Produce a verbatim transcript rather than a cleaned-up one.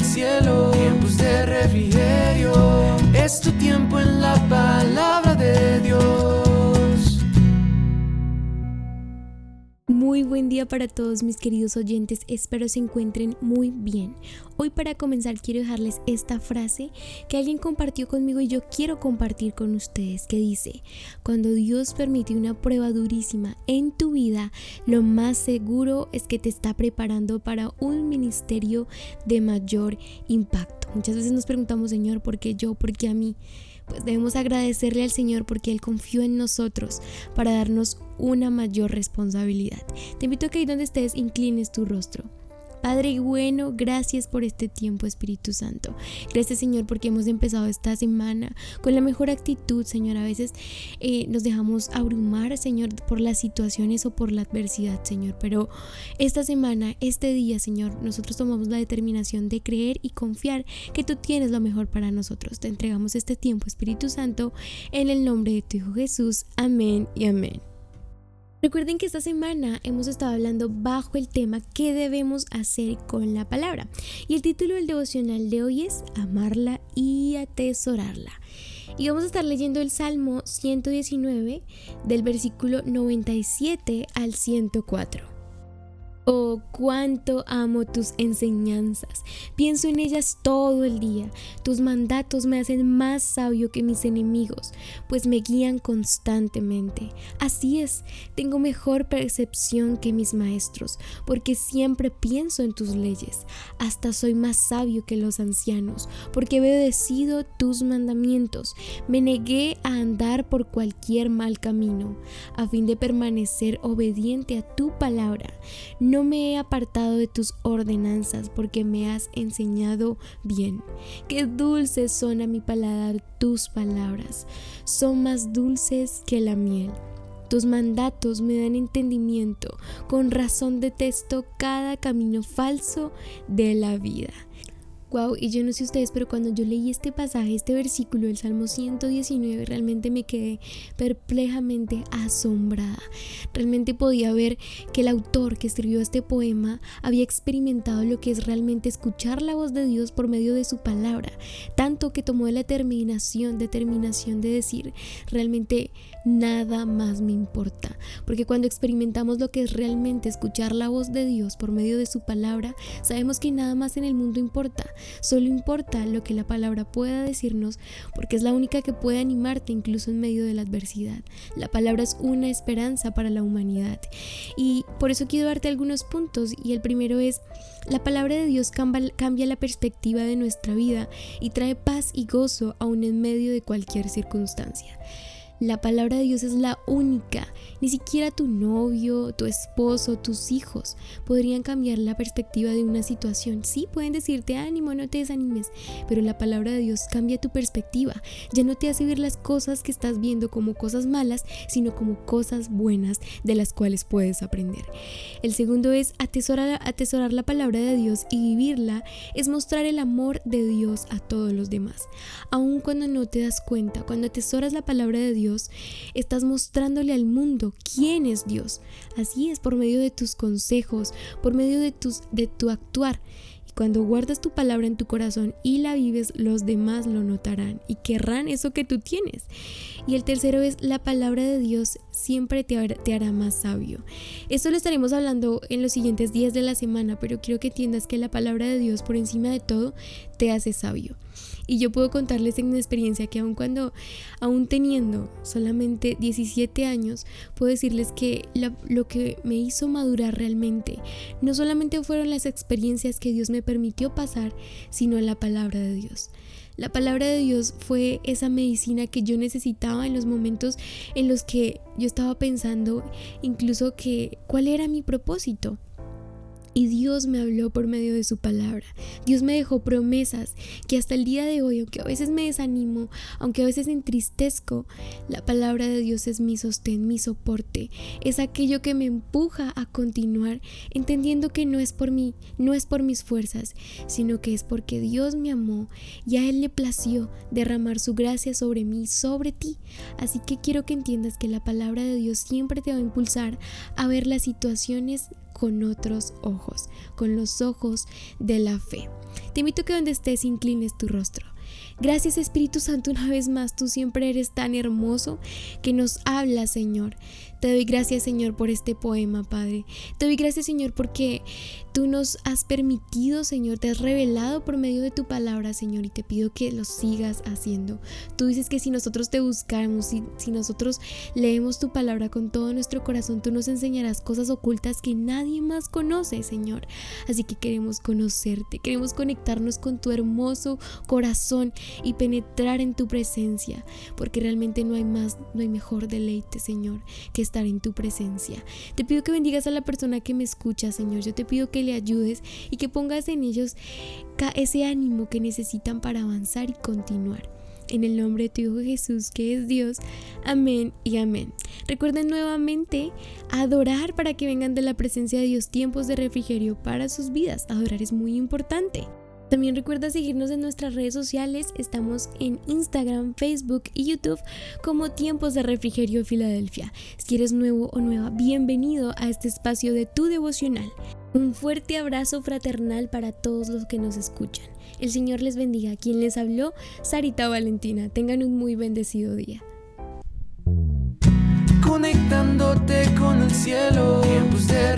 cielo, tiempos de refrigerio. Es tu tiempo en la palabra de Dios. Muy buen día para todos mis queridos oyentes, espero se encuentren muy bien. Hoy para comenzar quiero dejarles esta frase que alguien compartió conmigo y yo quiero compartir con ustedes, que dice: cuando Dios permite una prueba durísima en tu vida, lo más seguro es que te está preparando para un ministerio de mayor impacto. Muchas veces nos preguntamos: Señor, ¿por qué yo? ¿Por qué a mí? Pues debemos agradecerle al Señor porque Él confió en nosotros para darnos una mayor responsabilidad. Te invito a que ahí donde estés inclines tu rostro. Padre bueno, gracias por este tiempo, Espíritu Santo. Gracias, Señor, porque hemos empezado esta semana con la mejor actitud, Señor. A veces eh, nos dejamos abrumar, Señor, por las situaciones o por la adversidad, Señor. Pero esta semana, este día, Señor, nosotros tomamos la determinación de creer y confiar que tú tienes lo mejor para nosotros. Te entregamos este tiempo, Espíritu Santo, en el nombre de tu Hijo Jesús. Amén y amén. Recuerden que esta semana hemos estado hablando bajo el tema ¿qué debemos hacer con la palabra? Y el título del devocional de hoy es Amarla y atesorarla. Y vamos a estar leyendo el Salmo ciento diecinueve del versículo noventa y siete al ciento cuatro. Oh, cuánto amo tus enseñanzas, pienso en ellas todo el día. Tus mandatos me hacen más sabio que mis enemigos, pues me guían constantemente. Así es, tengo mejor percepción que mis maestros, porque siempre pienso en tus leyes. Hasta soy más sabio que los ancianos, porque he obedecido tus mandamientos. Me negué a andar por cualquier mal camino, a fin de permanecer obediente a tu palabra. No me he apartado de tus ordenanzas porque me has enseñado bien. Qué dulces son a mi paladar tus palabras, son más dulces que la miel. Tus mandatos me dan entendimiento, con razón detesto cada camino falso de la vida. Wow, y yo no sé ustedes, pero cuando yo leí este pasaje, este versículo del Salmo ciento diecinueve, realmente me quedé perplejamente asombrada. Realmente podía ver que el autor que escribió este poema había experimentado lo que es realmente escuchar la voz de Dios por medio de su palabra, tanto que tomó la determinación, determinación de decir, realmente nada más me importa, porque cuando experimentamos lo que es realmente escuchar la voz de Dios por medio de su palabra, sabemos que nada más en el mundo importa. Solo importa lo que la palabra pueda decirnos, porque es la única que puede animarte incluso en medio de la adversidad. La palabra es una esperanza para la humanidad. Y por eso quiero darte algunos puntos. Y el primero es: la palabra de Dios cambia, cambia la perspectiva de nuestra vida y trae paz y gozo aún en medio de cualquier circunstancia. La palabra de Dios es la única. Ni siquiera tu novio, tu esposo, tus hijos podrían cambiar la perspectiva de una situación. Sí, pueden decirte ánimo, no te desanimes, pero la palabra de Dios cambia tu perspectiva. Ya no te hace ver las cosas que estás viendo como cosas malas, sino como cosas buenas de las cuales puedes aprender. El segundo es atesorar, atesorar la palabra de Dios y vivirla, es mostrar el amor de Dios a todos los demás. Aun cuando no te das cuenta, cuando atesoras la palabra de Dios, Dios, estás mostrándole al mundo quién es Dios. Así es, por medio de tus consejos, por medio de, tus, de tu actuar. Y cuando guardas tu palabra en tu corazón y la vives, los demás lo notarán y querrán eso que tú tienes. Y el tercero es: la palabra de Dios siempre te hará, te hará más sabio. Esto lo estaremos hablando en los siguientes días de la semana, pero quiero que entiendas que la palabra de Dios, por encima de todo, te hace sabio. Y yo puedo contarles en mi experiencia que aun cuando, aún teniendo solamente diecisiete años, puedo decirles que la, lo que me hizo madurar realmente no solamente fueron las experiencias que Dios me permitió pasar, sino la palabra de Dios. La palabra de Dios fue esa medicina que yo necesitaba en los momentos en los que yo estaba pensando incluso que cuál era mi propósito. Y Dios me habló por medio de su palabra. Dios me dejó promesas que hasta el día de hoy, aunque a veces me desanimo, aunque a veces entristezco, la palabra de Dios es mi sostén, mi soporte. Es aquello que me empuja a continuar, entendiendo que no es por mí, no es por mis fuerzas, sino que es porque Dios me amó y a Él le plació derramar su gracia sobre mí, sobre ti. Así que quiero que entiendas que la palabra de Dios siempre te va a impulsar a ver las situaciones con otros ojos, con los ojos de la fe. Te invito a que donde estés inclines tu rostro. Gracias, Espíritu Santo, una vez más, tú siempre eres tan hermoso que nos hablas, Señor. Te doy gracias, Señor, por este poema, Padre. Te doy gracias, Señor, porque tú nos has permitido, Señor, te has revelado por medio de tu palabra, Señor, y te pido que lo sigas haciendo. Tú dices que si nosotros te buscamos, si, si nosotros leemos tu palabra con todo nuestro corazón, tú nos enseñarás cosas ocultas que nadie más conoce, Señor. Así que queremos conocerte, queremos conectarnos con tu hermoso corazón y penetrar en tu presencia, porque realmente no hay más, no hay mejor deleite, Señor, que estar en tu presencia. Te pido que bendigas a la persona que me escucha, Señor. Yo te pido que le ayudes y que pongas en ellos ese ánimo que necesitan para avanzar y continuar. En el nombre de tu Hijo Jesús, que es Dios. Amén y amén. Recuerden nuevamente adorar para que vengan de la presencia de Dios tiempos de refrigerio para sus vidas. Adorar es muy importante. También recuerda seguirnos en nuestras redes sociales. Estamos en Instagram, Facebook y YouTube como Tiempos de Refrigerio Filadelfia. Si eres nuevo o nueva, bienvenido a este espacio de tu devocional. Un fuerte abrazo fraternal para todos los que nos escuchan. El Señor les bendiga. Quien les habló, Sarita Valentina. Tengan un muy bendecido día. Conectándote con el cielo. Tiempos de